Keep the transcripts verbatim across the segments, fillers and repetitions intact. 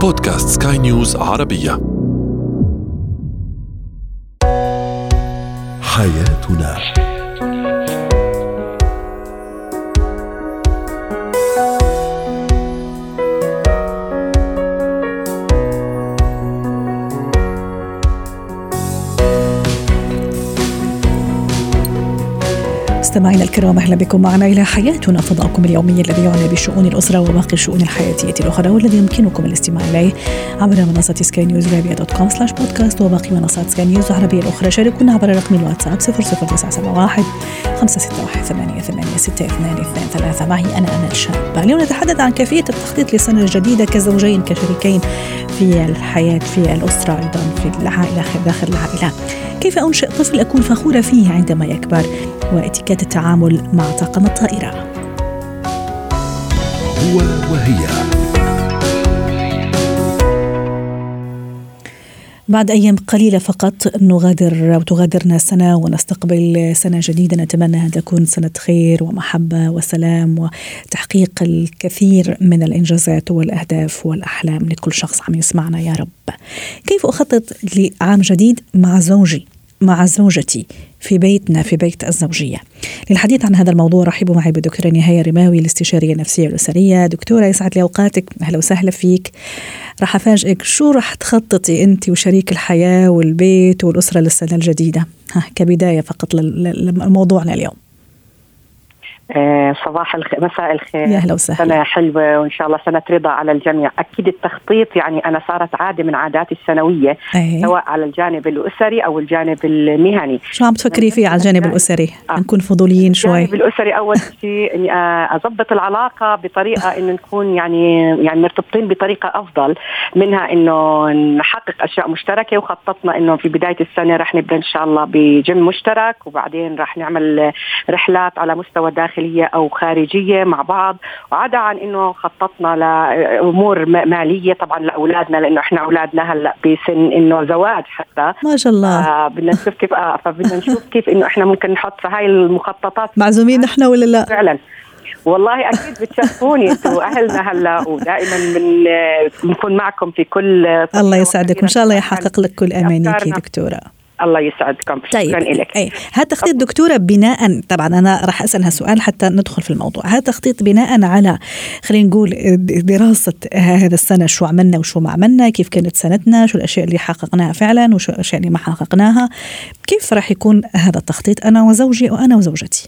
بودكاست سكاي نيوز عربية. حياتنا. مستمعينا الكرام، أهلا بكم معنا إلى حياتنا، فضاؤكم اليومي الذي يعنى بشؤون الأسرة وباقي الشؤون الحياتية الأخرى، والذي يمكنكم الاستماع إليه عبر منصة سكاي نيوز عربية دوت كوم سلاش بودكاست وباقي منصات سكاي نيوز عربية الأخرى. شاركونا عبر رقم الواتساب صفر صفر تسعة سبعة واحد خمسة ستة واحد ثمانية ثمانية ستة اثنان اثنان ثلاثة. معي أنا أمل شابة. اليوم نتحدث عن كيفية التخطيط للسنة الجديدة كزوجين كشريكين في الحياة، في الأسرة، أيضا في العائلة، داخل العائلة. كيف أنشئ طفل أكون فخورة فيه عندما يكبر، واتيكيت التعامل مع طاقم الطائرة. هو وهي. بعد أيام قليلة فقط نغادر أو تغادرنا السنة ونستقبل سنة جديدة، نتمنى أن تكون سنة خير ومحبة وسلام وتحقيق الكثير من الإنجازات والأهداف والأحلام لكل شخص عم يسمعنا يا رب. كيف أخطط لعام جديد مع زوجي، مع زوجتي في بيتنا، في بيت الزوجية؟ للحديث عن هذا الموضوع رحبوا معي بالدكتورة نهاية رماوي، الاستشارية النفسية والأسرية. دكتورة يسعد لي أوقاتك، أهلا وسهلا فيك. راح أفاجئك، شو راح تخططي أنت وشريك الحياة والبيت والأسرة للسنة الجديدة؟ ها كبداية فقط لموضوعنا اليوم. آه صباح الخير، مساء الخير، يا أهلا وسهلا. سنة حلوة وإن شاء الله سنة رضا على الجميع. أكيد التخطيط يعني أنا صارت عادة من عاداتي السنوية، أيه. سواء على الجانب الأسري أو الجانب المهني. شو عم تفكري فيه على الجانب الأسري؟ آه. نكون فضوليين شوي. الجانب الأسري أول شيء إني أضبط العلاقة بطريقة إنه نكون يعني يعني مرتبطين بطريقة أفضل، منها إنه نحقق أشياء مشتركة. وخططنا إنه في بداية السنة رح نبدأ إن شاء الله بجيم مشترك، وبعدين رح نعمل رحلات على مستوى داخلي أو خارجية مع بعض. وعدا عن إنه خططنا لأمور مالية طبعا لأولادنا، لأنه إحنا أولادنا هلأ بسن إنه زواج حتى ما شاء الله. آه بدنا نشوف كيف آه فبدنا نشوف كيف إنه إحنا ممكن نحط في هاي المخططات. معزومين نحن ولا لا؟ فعلا والله أكيد بتشرفوني أنتوا أهلنا هلا، ودائما من بنكون معكم في كل. الله يسعدك وإن شاء الله يحقق لك كل أمانيك دكتورة. الله يسعدكم. طيب أي هذا تخطيط دكتورة بناء، طبعا أنا راح أسأل هالسؤال حتى ندخل في الموضوع. هذا تخطيط بناء على خلينا نقول دراسة هذا السنة، شو عملنا وشو ما عملنا، كيف كانت سنتنا، شو الأشياء اللي حققناها فعلا وشو الأشياء اللي ما حققناها. كيف راح يكون هذا التخطيط أنا وزوجي وأنا وزوجتي؟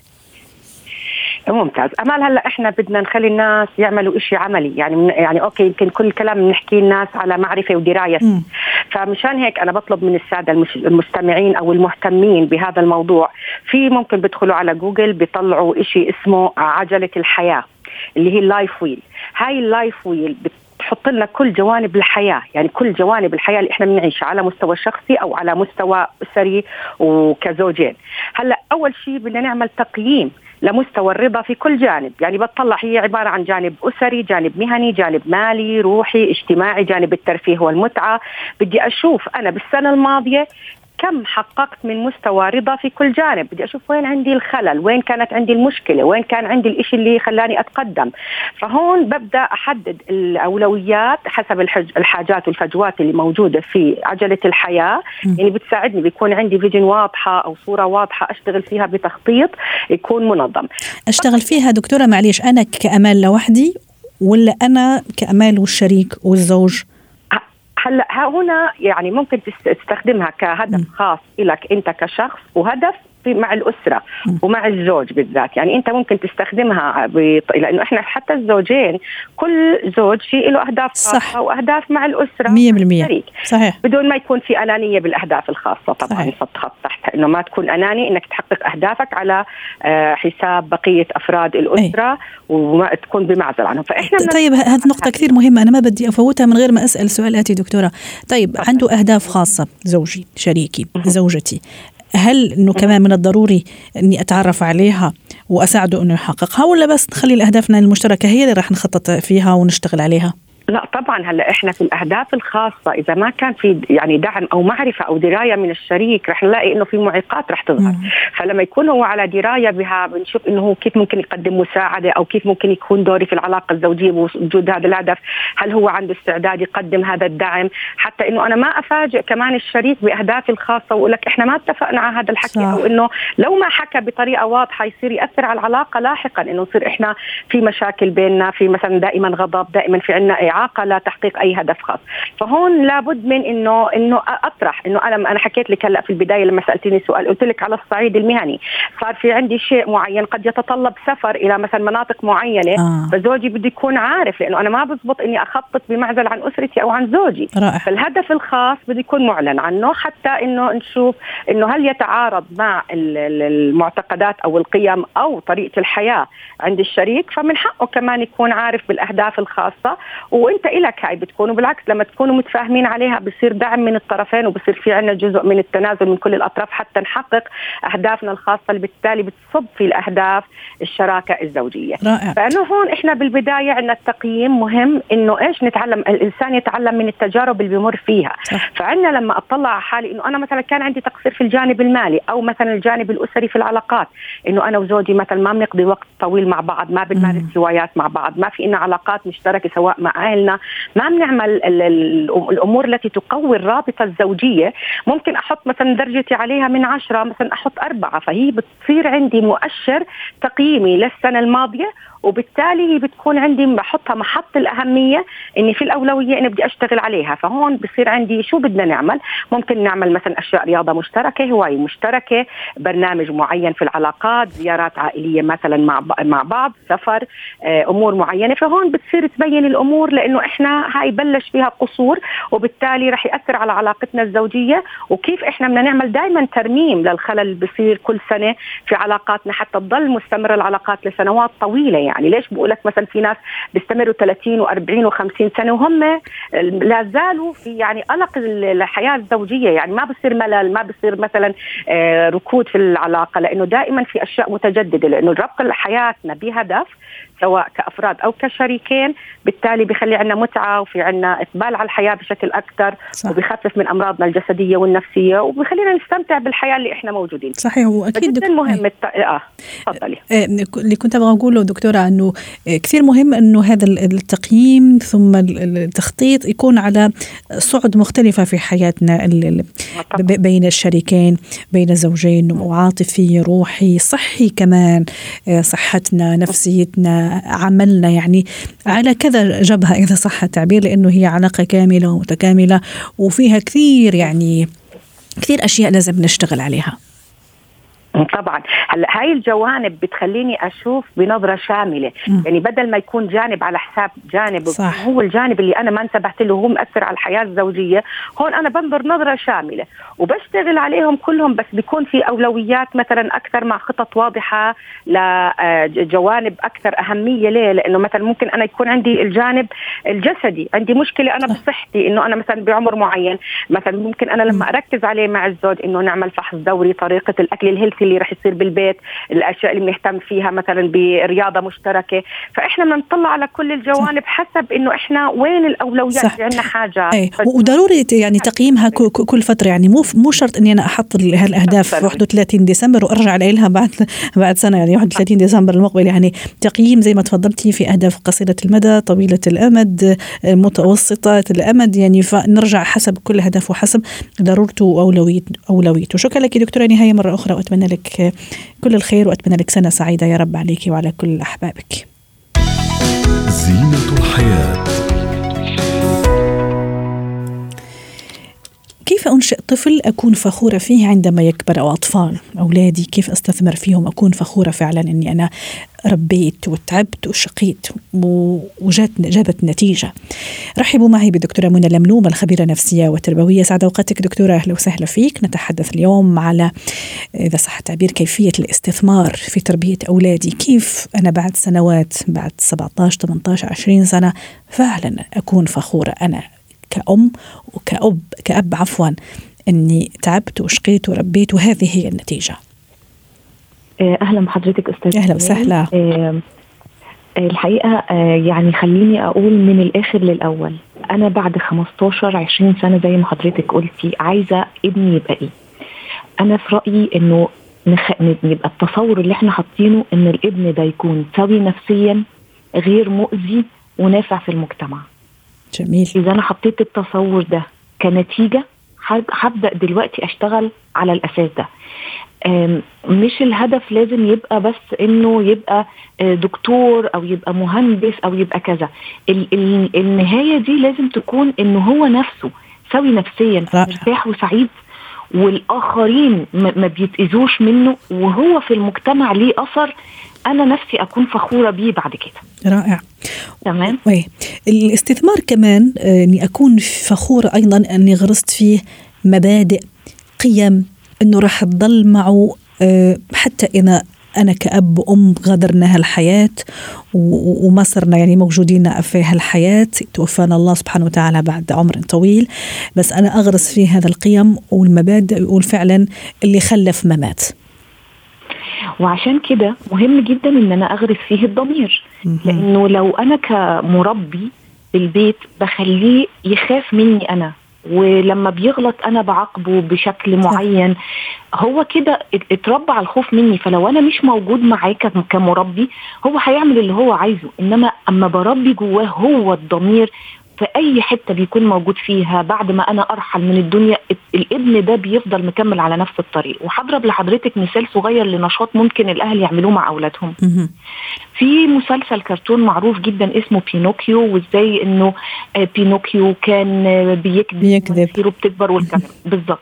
ممتاز أمال. هلا إحنا بدنا نخلي الناس يعملوا إشي عملي، يعني يعني أوكي يمكن كل كلام نحكي الناس على معرفة ودراية. م. فمشان هيك أنا بطلب من السادة المستمعين أو المهتمين بهذا الموضوع، في ممكن بدخلوا على جوجل بيطلعوا إشي اسمه عجلة الحياة اللي هي اللايف ويل. هاي اللايف ويل تحط لنا كل جوانب الحياة، يعني كل جوانب الحياة اللي احنا بنعيشها على مستوى شخصي أو على مستوى أسري وكزوجين. هلأ أول شيء بدنا نعمل تقييم لمستوى الرضا في كل جانب، يعني بتطلع هي عبارة عن جانب أسري، جانب مهني، جانب مالي، روحي، اجتماعي، جانب الترفيه والمتعة. بدي أشوف أنا بالسنة الماضية كم حققت من مستوى رضا في كل جانب. بدي أشوف وين عندي الخلل، وين كانت عندي المشكلة، وين كان عندي الإشي اللي خلاني أتقدم. فهون ببدأ أحدد الأولويات حسب الحاجات والفجوات اللي موجودة في عجلة الحياة. م. يعني بتساعدني، بيكون عندي فيجن واضحة أو صورة واضحة أشتغل فيها بتخطيط يكون منظم. أشتغل فيها دكتورة معليش، أنا كأمال لوحدي ولا أنا كأمال والشريك والزوج؟ هلا هنا يعني ممكن تستخدمها كهدف م. خاص لك أنت كشخص، وهدف مع الأسرة ومع الزوج بالذات. يعني أنت ممكن تستخدمها بط... لأنه إحنا حتى الزوجين كل زوج شيء له أهداف خاصة وأهداف مع الأسرة مية بالمية صحيح، بدون ما يكون في أنانية بالأهداف الخاصة. طبعا خط تحت إنه ما تكون أناني، إنك تحقق أهدافك على حساب بقية أفراد الأسرة أي. وما تكون بمعزل عنهم. فإحنا طيب هذه نقطة كثير مهمة، أنا ما بدي أفوتها من غير ما أسأل سؤال آتي دكتورة. طيب طبعا. عنده أهداف خاصة زوجي، شريكي، زوجتي، هل إنه كمان من الضروري إني أتعرف عليها وأساعده إنه يحققها، ولا بس نخلي الأهدافنا المشتركة هي اللي راح نخطط فيها ونشتغل عليها؟ لا طبعا. هلا احنا في الاهداف الخاصه اذا ما كان في يعني دعم او معرفه او درايه من الشريك رح نلاقي انه في معيقات رح تظهر. فلما يكون هو على درايه بها بنشوف انه هو كيف ممكن يقدم مساعده او كيف ممكن يكون دوري في العلاقه الزوجيه بوجود هذا الهدف، هل هو عنده استعداد يقدم هذا الدعم، حتى انه انا ما افاجئ كمان الشريك باهدافي الخاصه واقول لك احنا ما اتفقنا على هذا الحكي، صح. او انه لو ما حكى بطريقه واضحه يصير ياثر على العلاقه لاحقا، انه نصير احنا في مشاكل بيننا، في مثلا دائما غضب، دائما في عندنا إعاقة لا تحقيق أي هدف خاص. فهون لابد من إنه إنه أطرح إنه أنا أنا حكيت لك هلا في البداية لما سألتني سؤال قلت لك على الصعيد المهني صار في عندي شيء معين قد يتطلب سفر إلى مثلا مناطق معينة، آه. فزوجي بده يكون عارف، لأنه أنا ما بزبط إني أخطط بمعزل عن أسرتي أو عن زوجي. رائع. فالهدف الخاص بده يكون معلن عنه حتى إنه نشوف إنه هل يتعارض مع المعتقدات أو القيم أو طريقة الحياة عند الشريك، فمن حقه كمان يكون عارف بالأهداف الخاصة، وانت إلك هاي بتكون. وبالعكس لما تكونوا متفاهمين عليها بصير دعم من الطرفين وبصير في عنا جزء من التنازل من كل الأطراف حتى نحقق أهدافنا الخاصة اللي بالتالي بتصب في الأهداف الشراكة الزوجية. رائع. فإنه هون إحنا بالبداية عنا التقييم مهم، إنه إيش نتعلم، الإنسان يتعلم من التجارب اللي بيمر فيها. صح. فعنا لما أطلع على حالي إنه أنا مثلا كان عندي تقصير في الجانب المالي أو مثلا الجانب الأسري في العلاقات، إنه أنا وزوجي مثلا ما بنقضي وقت طويل مع بعض، ما بنمارس هوايات مع بعض، ما في إنا علاقات مشتركة سواء مع أهلنا، ما بنعمل الأمور التي تقوي الرابطة الزوجية، ممكن أحط مثلا درجتي عليها من عشرة مثلا أحط أربعة، فهي بتصير عندي مؤشر تقييمي للسنة الماضية، وبالتالي هي بتكون عندي بحطها محط الأهمية إني في الأولوية إني بدي أشتغل عليها. فهون بصير عندي شو بدنا نعمل، ممكن نعمل مثلا أشياء رياضة مشتركة، هواية مشتركة، برنامج معين في العلاقات، زيارات عائلية مثلا مع مع بعض، سفر، أمور معينة. فهون بتصير تبين الأمور، لأنه إحنا هاي بلش فيها قصور وبالتالي رح يأثر على علاقتنا الزوجية، وكيف إحنا بدنا نعمل دائما ترميم للخلل اللي بصير كل سنة في علاقاتنا حتى تضل مستمرة العلاقات لسنوات طويلة. يعني ليش بقولك مثلا في ناس بيستمروا ثلاثين وأربعين وخمسين سنة وهم لا زالوا في يعني قلق الحياة الزوجية، يعني ما بصير ملل، ما بصير مثلا ركود في العلاقة، لأنه دائما في أشياء متجددة، لأنه ربط حياتنا بهدف سواء كأفراد أو كشريكين بالتالي بيخلي عنا متعة وفي عنا إقبال على الحياة بشكل أكثر، وبيخفف من أمراضنا الجسدية والنفسية وبيخلينا نستمتع بالحياة اللي إحنا موجودين. صحيح. وأكيد جدا مهم الت... آه تفضلي. اللي كنت أبغى أقوله دكتورة أنه كثير مهم أنه هذا التقييم ثم التخطيط يكون على صعد مختلفة في حياتنا بين الشريكين، بين الزوجين، وعاطفي، روحي، صحي كمان، صحتنا، نفسيتنا، عملنا، يعني على كذا جبهة إذا صح التعبير، لأنه هي علاقة كاملة ومتكاملة وفيها كثير يعني كثير أشياء لازم نشتغل عليها. طبعا هلا هاي الجوانب بتخليني اشوف بنظره شامله، م. يعني بدل ما يكون جانب على حساب جانب، صح. هو الجانب اللي انا ما انتبهت له هو مؤثر على الحياه الزوجيه، هون انا بنظر نظره شامله وبشتغل عليهم كلهم، بس بيكون في اولويات مثلا اكثر مع خطط واضحه لجوانب اكثر اهميه. ليه؟ لانه مثلا ممكن انا يكون عندي الجانب الجسدي، عندي مشكله انا بصحتي، انه انا مثلا بعمر معين مثلا ممكن انا لما اركز عليه مع الزوج انه نعمل فحص دوري، طريقه الاكل الهيلثي اللي رح يصير بالبيت، الاشياء اللي بنهتم فيها مثلا برياضه مشتركه، فاحنا بنطلع على كل الجوانب حسب انه احنا وين الاولويات، عندنا حاجه. أي. وضروري يعني تقييمها كل فتره، يعني مو مو شرط اني انا احط هالاهداف واحد وثلاثين ديسمبر وارجع لها بعد بعد سنه، يعني واحد وثلاثين ديسمبر المقبل، يعني تقييم زي ما تفضلتي في اهداف قصيره المدى، طويله الامد، متوسطه الامد، يعني فنرجع حسب كل هدف وحسب ضرورته واولويته اولويته. شكرا لك دكتوره نهايه مره اخرى، واتمنى لك كل الخير وأتمنى لك سنة سعيدة يا رب عليك وعلى كل أحبابك. زينة الحياة. كيف أنشئ طفل أكون فخورة فيه عندما يكبر، أو أطفال أولادي كيف أستثمر فيهم أكون فخورة فعلا أني أنا ربيت وتعبت وشقيت وجات جابت نتيجة. رحبوا معي بدكتورة منى لملوم، الخبيرة النفسية والتربوية. سعد أوقاتك دكتورة، أهلا وسهلا فيك. نتحدث اليوم على إذا صح التعبير كيفية الاستثمار في تربية أولادي، كيف أنا بعد سنوات، بعد سبعة عشر ثمانية عشر عشرين سنة فعلا أكون فخورة أنا كأم وكأب كأب عفوا أني تعبت وشقيت وربيت وهذه هي النتيجة. أهلا بحضرتك أستاذ. أهلا وسهلا. الحقيقة يعني خليني أقول من الآخر للأول. أنا بعد خمستاشر عشرين سنة زي ما حضرتك قلتي عايزة ابني يبقى إيه. أنا في رأيي إنه نخ... يبقى التصور اللي احنا حاطينه إن الابن ده يكون سوي نفسيا، غير مؤذي، ونافع في المجتمع. جميل. إذا أنا حطيت التصور ده كنتيجة هبدأ دلوقتي أشتغل على الأساس ده. مش الهدف لازم يبقى بس انه يبقى دكتور او يبقى مهندس او يبقى كذا. النهاية دي لازم تكون انه هو نفسه سوي نفسيا، مرتاح وسعيد، والاخرين ما بيتأذوش منه، وهو في المجتمع ليه اثر انا نفسي اكون فخورة بيه بعد كده. رائع. تمام. الاستثمار كمان اني اكون فخورة ايضا اني غرست فيه مبادئ، قيم، أنه راح تضل معه حتى إذا أنا كأب وأم غادرنا هالحياة وما صرنا يعني موجودين في هالحياة، توفانا الله سبحانه وتعالى بعد عمر طويل، بس أنا أغرس فيه هذا القيم والمبادئ، يقول فعلا اللي خلف ما مات. وعشان كده مهم جدا إن أنا أغرس فيه الضمير، لأنه لو أنا كمربي بالبيت بخليه يخاف مني أنا، ولما بيغلط أنا بعاقبه بشكل معين، هو كده اتربى على الخوف مني. فلو أنا مش موجود معاه كمربي هو هيعمل اللي هو عايزه. إنما أما بربي جواه هو الضمير في أي حتة بيكون موجود فيها بعد ما أنا أرحل من الدنيا، الابن ده بيفضل مكمل على نفس الطريق. وحضرب لحضرتك مثال صغير لنشاط ممكن الأهل يعملوه مع أولادهم. في مسلسل كرتون معروف جدا اسمه بينوكيو، وإزاي إنه بينوكيو كان بيكذب بيكذب بتكبر والكلام بالظبط.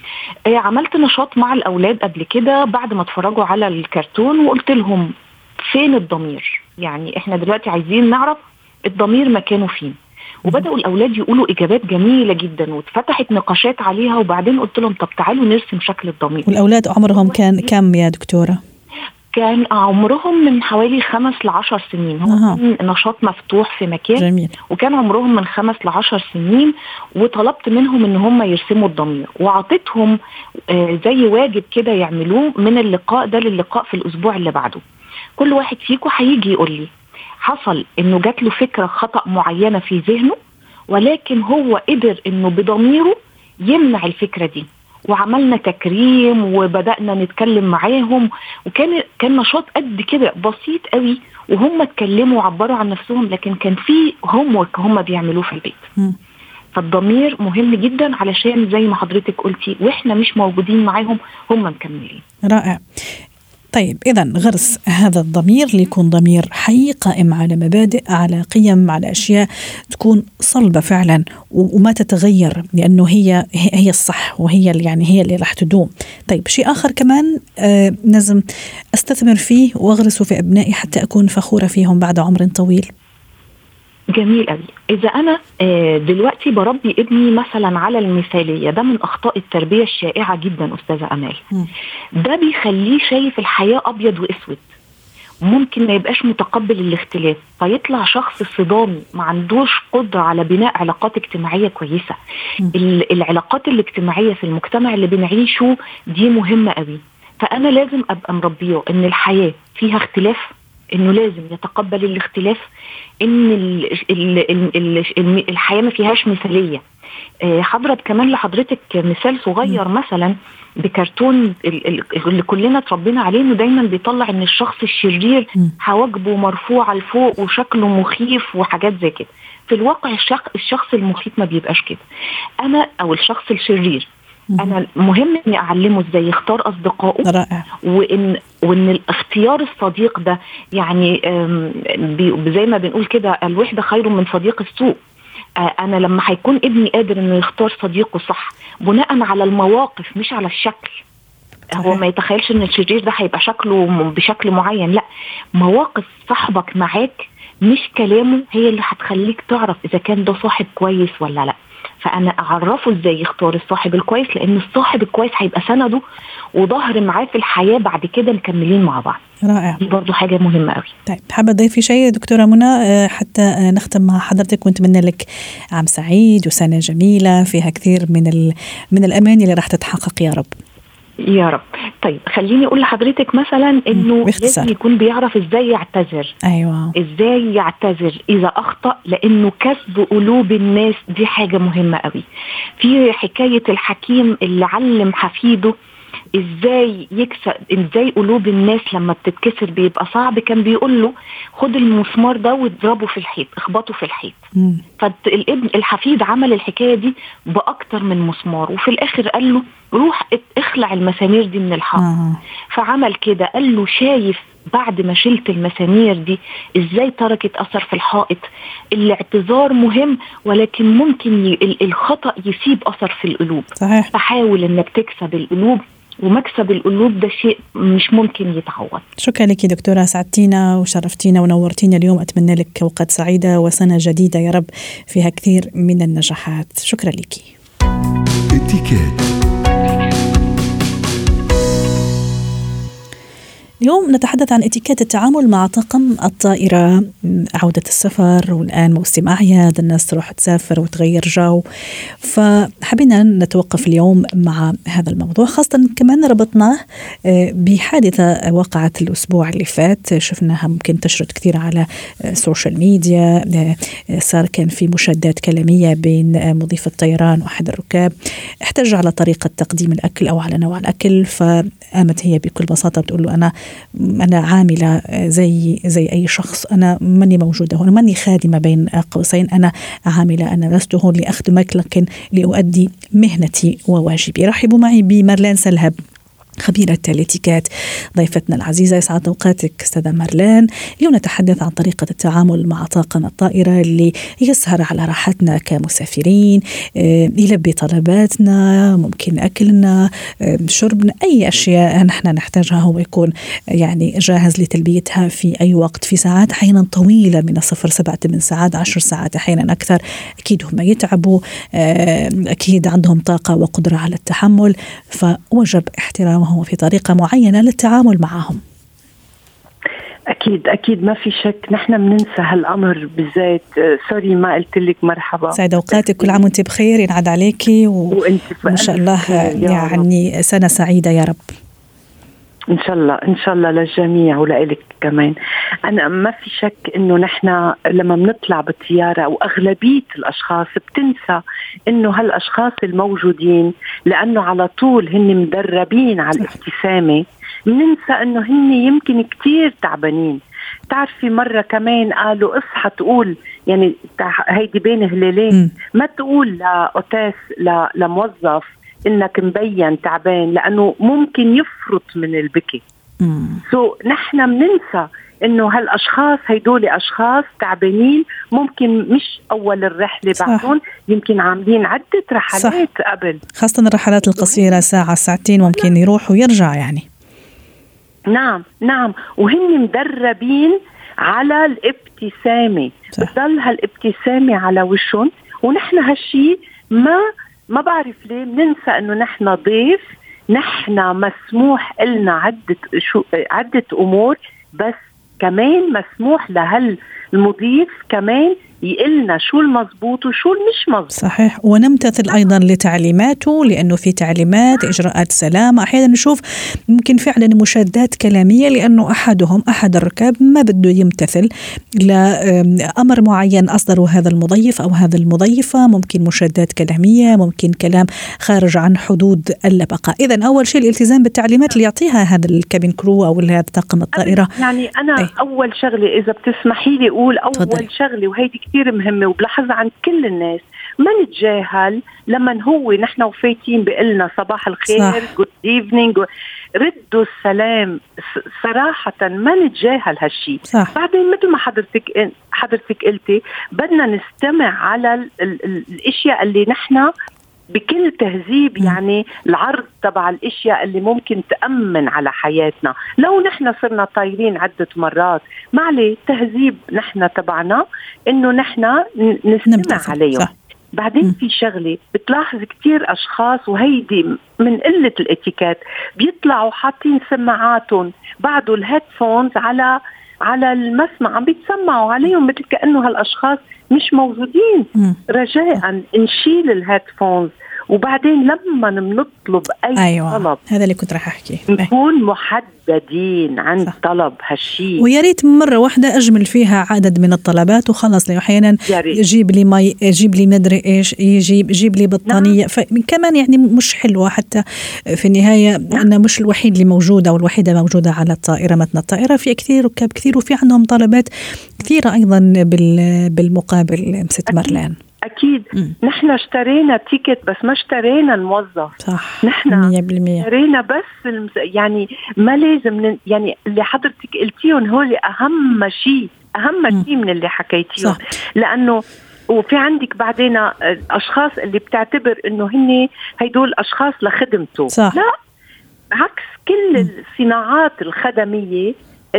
عملت نشاط مع الأولاد قبل كده بعد ما اتفرجوا على الكرتون، وقلت لهم فين الضمير؟ يعني إحنا دلوقتي عايزين نعرف الضمير مكانه فين. وبدأوا الأولاد يقولوا إجابات جميلة جدا، واتفتحت نقاشات عليها. وبعدين قلت لهم طب تعالوا نرسم شكل الضمير. والأولاد عمرهم كان كم يا دكتورة؟ كان عمرهم من حوالي خمس لعشر سنين. هو أه. كان نشاط مفتوح في مكان. جميل. وكان عمرهم من خمس لعشر سنين، وطلبت منهم ان هم يرسموا الضمير، وعطيتهم آه زي واجب كده يعملوه من اللقاء ده للقاء في الأسبوع اللي بعده. كل واحد فيكم هيجي يقول لي حصل انه جات له فكرة خطأ معينة في ذهنه، ولكن هو قدر انه بضميره يمنع الفكرة دي. وعملنا تكريم وبدأنا نتكلم معاهم، وكان كان نشاط قد كده بسيط قوي، وهم اتكلموا وعبروا عن نفسهم، لكن كان في هوم ورك هم بيعملوه في البيت. م. فالضمير مهم جدا علشان زي ما حضرتك قلتي واحنا مش موجودين معاهم هم مكملين. رائع. طيب إذن غرس هذا الضمير ليكون ضمير حي قائم على مبادئ، على قيم، على أشياء تكون صلبة فعلا وما تتغير، لأنه هي هي الصح وهي اللي يعني هي اللي راح تدوم. طيب شيء آخر كمان آه لازم أستثمر فيه وأغرسه في أبنائي حتى أكون فخورة فيهم بعد عمر طويل. جميل قوي. إذا أنا دلوقتي بربي ابني مثلا على المثالية، ده من أخطاء التربية الشائعة جدا أستاذة أمال. م. ده بيخليه شايف الحياة أبيض وأسود، ممكن ما يبقاش متقبل الاختلاف، فيطلع شخص صدامي ما عندوش قدرة على بناء علاقات اجتماعية كويسة. م. العلاقات الاجتماعية في المجتمع اللي بنعيشه دي مهمة قوي. فأنا لازم أبقى مربيه إن الحياة فيها اختلاف، إنه لازم يتقبل الاختلاف، إن ال ال ال ال الحياة ما فيهاش مثالية. هضرب كمان لحضرتك مثال صغير م. مثلا بكرتون اللي كلنا تربينا عليه، إنه دايما بيطلع إن الشخص الشرير حواجبه مرفوعة لفوق وشكله مخيف وحاجات زي كده. في الواقع الشخص المخيف ما بيبقاش كده. أنا أو الشخص الشرير أنا مهم إني أعلمه إزاي يختار أصدقائه. رائع. وإن وإن الاختيار الصديق ده يعني زي ما بنقول كده الوحدة خير من صديق السوء. أنا لما هيكون ابني قادر إنه يختار صديقه صح بناء على المواقف مش على الشكل. صحيح. هو ما يتخيلش إن الشرير ده هيبقى شكله بشكل معين، لا، مواقف صاحبك معاك مش كلامه هي اللي هتخليك تعرف إذا كان ده صاحب كويس ولا لا. فأنا أعرفه إزاي يختار الصاحب الكويس، لأن الصاحب الكويس هيبقى سنده وظهر معاه في الحياة بعد كده مكملين مع بعض. رائع. دي برضو حاجة مهمة قوي. طيب حابة تضيفي شيء دكتورة منى حتى نختم مع حضرتك ونتمنى لك عام سعيد وسنة جميلة فيها كثير من من الأماني اللي راح تتحقق يا رب. يا رب. طيب خليني اقول لحضرتك مثلا انه لازم يكون بيعرف ازاي يعتذر. ايوه ازاي يعتذر اذا اخطأ، لانه كسب قلوب الناس دي حاجة مهمة قوي. في حكاية الحكيم اللي علم حفيده ازاي يكسب، ازاي قلوب الناس لما بتتكسر بيبقى صعب. كان بيقول له خد المسمار ده واضربه في الحيط، اخبطه في الحيط. فالابن الحفيد عمل الحكايه دي باكتر من مسمار، وفي الاخر قال له روح اخلع المسامير دي من الحائط. آه. فعمل كده، قال له شايف بعد ما شلت المسامير دي ازاي تركت اثر في الحائط. الاعتذار مهم، ولكن ممكن ي... الخطأ يسيب اثر في القلوب. صحيح. فحاول انك تكسب القلوب، ومكسب القلوب ده شيء مش ممكن يتعوض. شكرا لك دكتورة، سعدتينا وشرفتينا ونورتينا اليوم. أتمنى لك أوقات سعيدة وسنة جديدة يا رب فيها كثير من النجاحات. شكرا لك. اليوم نتحدث عن اتيكيت التعامل مع طاقم الطائرة، عودة السفر، والآن موسم أعياد، الناس تروح تسافر وتغير جو، فحبينا نتوقف اليوم مع هذا الموضوع، خاصة كمان ربطناه بحادثة وقعت الأسبوع اللي فات، شفناها ممكن تشرد كثير على السوشيال ميديا. صار كان في مشادات كلامية بين مضيف الطيران وأحد الركاب، احتج على طريقة تقديم الأكل أو على نوع الأكل، فقامت هي بكل بساطة بتقول له أنا أنا عاملة زي زي أي شخص، أنا ماني موجودة هنا، ماني خادمة بين قوسين، أنا عاملة، أنا لست هون لأخدمك لكن لأؤدي مهنتي وواجبي. رحبوا معي بمارلين سلهب، خبيرة الاتيكيت، ضيفتنا العزيزة. يسعد أوقاتك أستاذة مارلين. اليوم نتحدث عن طريقة التعامل مع طاقم الطائرة اللي يسهر على راحتنا كمسافرين، يلبي طلباتنا، ممكن أكلنا، شربنا، أي أشياء نحن نحتاجها هو يكون يعني جاهز لتلبيتها في أي وقت، في ساعات أحيانا طويلة من السفر، سبعة من ساعات، عشر ساعات أحيانا أكثر. أكيد هم يتعبوا، أكيد عندهم طاقة وقدرة على التحمل، فوجب احترام وهو في طريقة معينة للتعامل معهم. أكيد أكيد ما في شك، نحن بننسى هالأمر بالذات. سوري ما قلت لك مرحبا. سعد أوقاتك، كل عام وانت بخير، ينعاد عليكي وإن شاء الله يعني سنة سعيدة يا رب. إن شاء الله إن شاء الله للجميع ولإلك كمان. أنا ما في شك إنه نحن لما بنطلع بالطيارة وأغلبية الأشخاص بتنسى إنه هالأشخاص الموجودين، لأنه على طول هن مدربين على الابتسامة، بننسى إنه هن يمكن كتير تعبانين. تعرفي مرة كمان قالوا اصحى تقول، يعني هيدي بين هلالين، ما تقول لأوتاس لموظف إنك مبين تعبان، لأنه ممكن يفرط من البكي. سو so, نحن مننسى إنه هالأشخاص هيدول أشخاص تعبانين، ممكن مش أول الرحلة، بعدهم يمكن عاملين عدة رحلات صح. قبل، خاصة الرحلات القصيرة ساعة ساعتين ممكن يروح ويرجع يعني. نعم نعم، وهن مدربين على الابتسامة، بتضل هالابتسامة على وشهم، ونحن هالشي ما ما بعرف ليه بننسى انه نحن ضيف، نحن مسموح لنا عدة شو عدة امور، بس كمان مسموح لهالمضيف كمان يقلنا شو المضبوط وشو المش مضبوط. صحيح، ونمتثل أيضا لتعليماته، لأنه في تعليمات إجراءات سلامة. أحيانا نشوف ممكن فعلا مشادات كلامية لأنه أحدهم أحد الركاب ما بده يمتثل لأمر معين أصدره هذا المضيف أو هذا المضيفة، ممكن مشادات كلامية، ممكن كلام خارج عن حدود اللبقة. إذن أول شيء الالتزام بالتعليمات اللي يعطيها هذا الكابين كرو أو هذا طاقم الطائرة. يعني أنا أي. أول شغلة إذا بتسمحي لي أقول أول فضل. شغلة وهيدي كثير مهمة وبلاحظها عند كل الناس، ما نتجاهل لما هو نحن وفايتين بقلنا صباح الخير، good evening، ردوا السلام، صراحة ما نتجاهل هالشي. صح. بعدين مثل ما حضرتك حضرتك قلتي بدنا نستمع على ال ال ال الاشياء اللي نحن بكل تهذيب، يعني العرض تبع الاشياء اللي ممكن تأمن على حياتنا. لو نحن صرنا طايرين عدة مرات، ما عليه تهذيب نحن تبعنا انه نحن نستمع عليهم. صح. بعدين م. في شغلة بتلاحظ كتير أشخاص، وهيدي من قلة الاتيكيت، بيطلعوا حاطين سماعاتهم بعده الهيدفونز على على المسمع، عم بيتسمعوا عليهم مثل كأنه هالأشخاص مش موجودين. م. رجاء نشيل الهيدفونز وبعدين لما بنطلب أي أيوة. طلب هذا اللي كنت راح أحكي، نكون محددين عن صح. طلب هالشيء، ويا ريت مرة واحدة أجمل فيها عدد من الطلبات وخلص. لي أحيانا جيب لي ماي، جيب لي مدري إيش، يجيب جيب لي بطانية. نعم. فكمان يعني مش حلوة حتى في النهاية. نعم. أنا مش الوحيد اللي موجودة أو الوحيدة موجودة على الطائرة. متن الطائرة في كثير ركاب كثير وفي عندهم طلبات كثيرة أيضا بالمقابل. ست مرلان أكيد م. نحن اشترينا تيكت بس ما اشترينا الموظف. صح. نحن مية بالمية اشترينا بس المس... يعني ما لازم ن... يعني اللي حضرتك قلتيهم هو اللي أهم شيء، أهم شيء من اللي حكيتيهم. لأنه وفي عندك بعدين أشخاص اللي بتعتبر إنه هني هيدول أشخاص لخدمته. صح. لا، عكس كل م. الصناعات الخدمية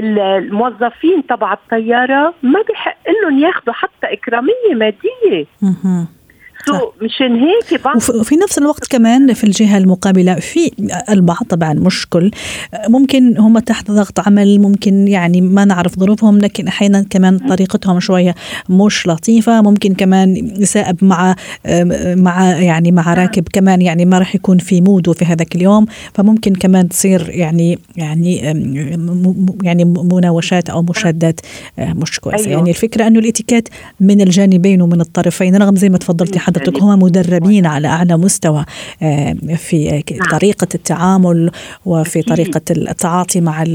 الموظفين تبع الطيارة ما بيحق لهم ياخدوا حتى إكرامية مادية. سو مشان هيك بعض وفي نفس الوقت كمان في الجهة المقابلة في البعض، طبعا مش كل، ممكن هم تحت ضغط عمل، ممكن يعني ما نعرف ظروفهم، لكن أحيانا كمان طريقتهم شوية مش لطيفة. ممكن كمان يسائب مع مع يعني مع راكب كمان يعني ما راح يكون في موده في هذاك اليوم، فممكن كمان تصير يعني يعني يعني مناوشات أو مشادات مش كويسة. أيوة. يعني الفكرة أنه الاتيكيت من الجانبين ومن الطرفين، رغم زي ما تفضلتي حضرتك هم مدربين على أعلى مستوى في طريقة التعامل وفي طريقة التعاطي مع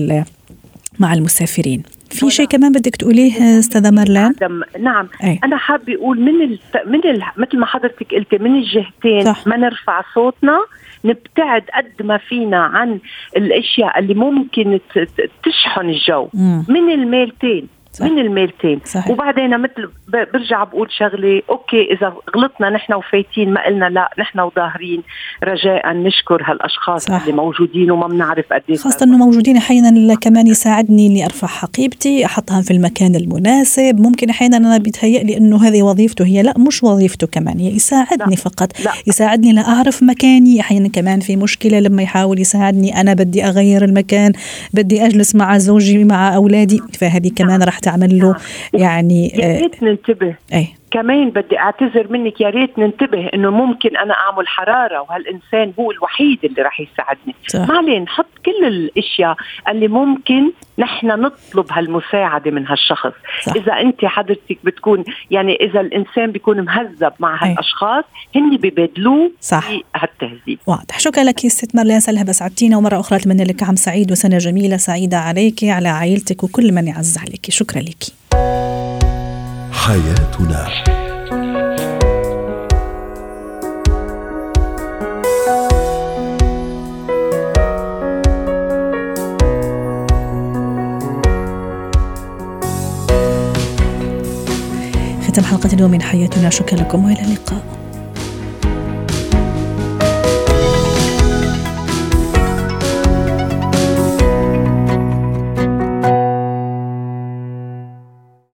مع المسافرين. في شيء كمان بدك تقوليه استاذة مرلان؟ نعم. أي. أنا حابة أقول من ال... من ال... مثل ما حضرتك قلتي من الجهتين. صح. ما نرفع صوتنا، نبتعد قد ما فينا عن الأشياء اللي ممكن تشحن الجو. م. من الميلتين. صح. من الميلتين. صحيح. وبعدين مثل برجع بقول شغلي، أوكي إذا غلطنا نحن وفايتين ما قلنا لا، نحن وظاهرين، رجاء نشكر هالأشخاص. صح. اللي موجودين وما بنعرف قديش، خاصة أنه موجودين أحيانا كمان يساعدني إني أرفع حقيبتي، أحطها في المكان المناسب. ممكن أحيانا أنا بيتهيأ لي أنه هذه وظيفته، هي لا مش وظيفته كمان، هي يساعدني. لا. فقط لا. يساعدني لأعرف مكاني. أحيانا كمان في مشكلة لما يحاول يساعدني، أنا بدي أغير المكان، بدي أجلس مع زوجي مع أولادي، فهذه كمان راح تعمل له يعني يا ريت ننتبه. أي. كمان بدي أعتذر منك، يا ريت ننتبه إنه ممكن أنا أعمل حرارة وهالإنسان هو الوحيد اللي راح يساعدني. ما عليه نحط كل الأشياء اللي ممكن نحن نطلب هالمساعدة من هالشخص. صح. إذا أنت حضرتك بتكون يعني إذا الإنسان بيكون مهذب مع هالأشخاص هن بيبادلوه في هالتهذيب. واضح. شكرا لك ست مرلان سلهب، سعدتينا، ومرة أخرى أتمنى لك عام سعيد وسنة جميلة سعيدة عليك، على عائلتك وكل من يعز عليك. شكرا لك. حياتنا. ختم حلقة اليوم من حياتنا. شكرا لكم وإلى اللقاء.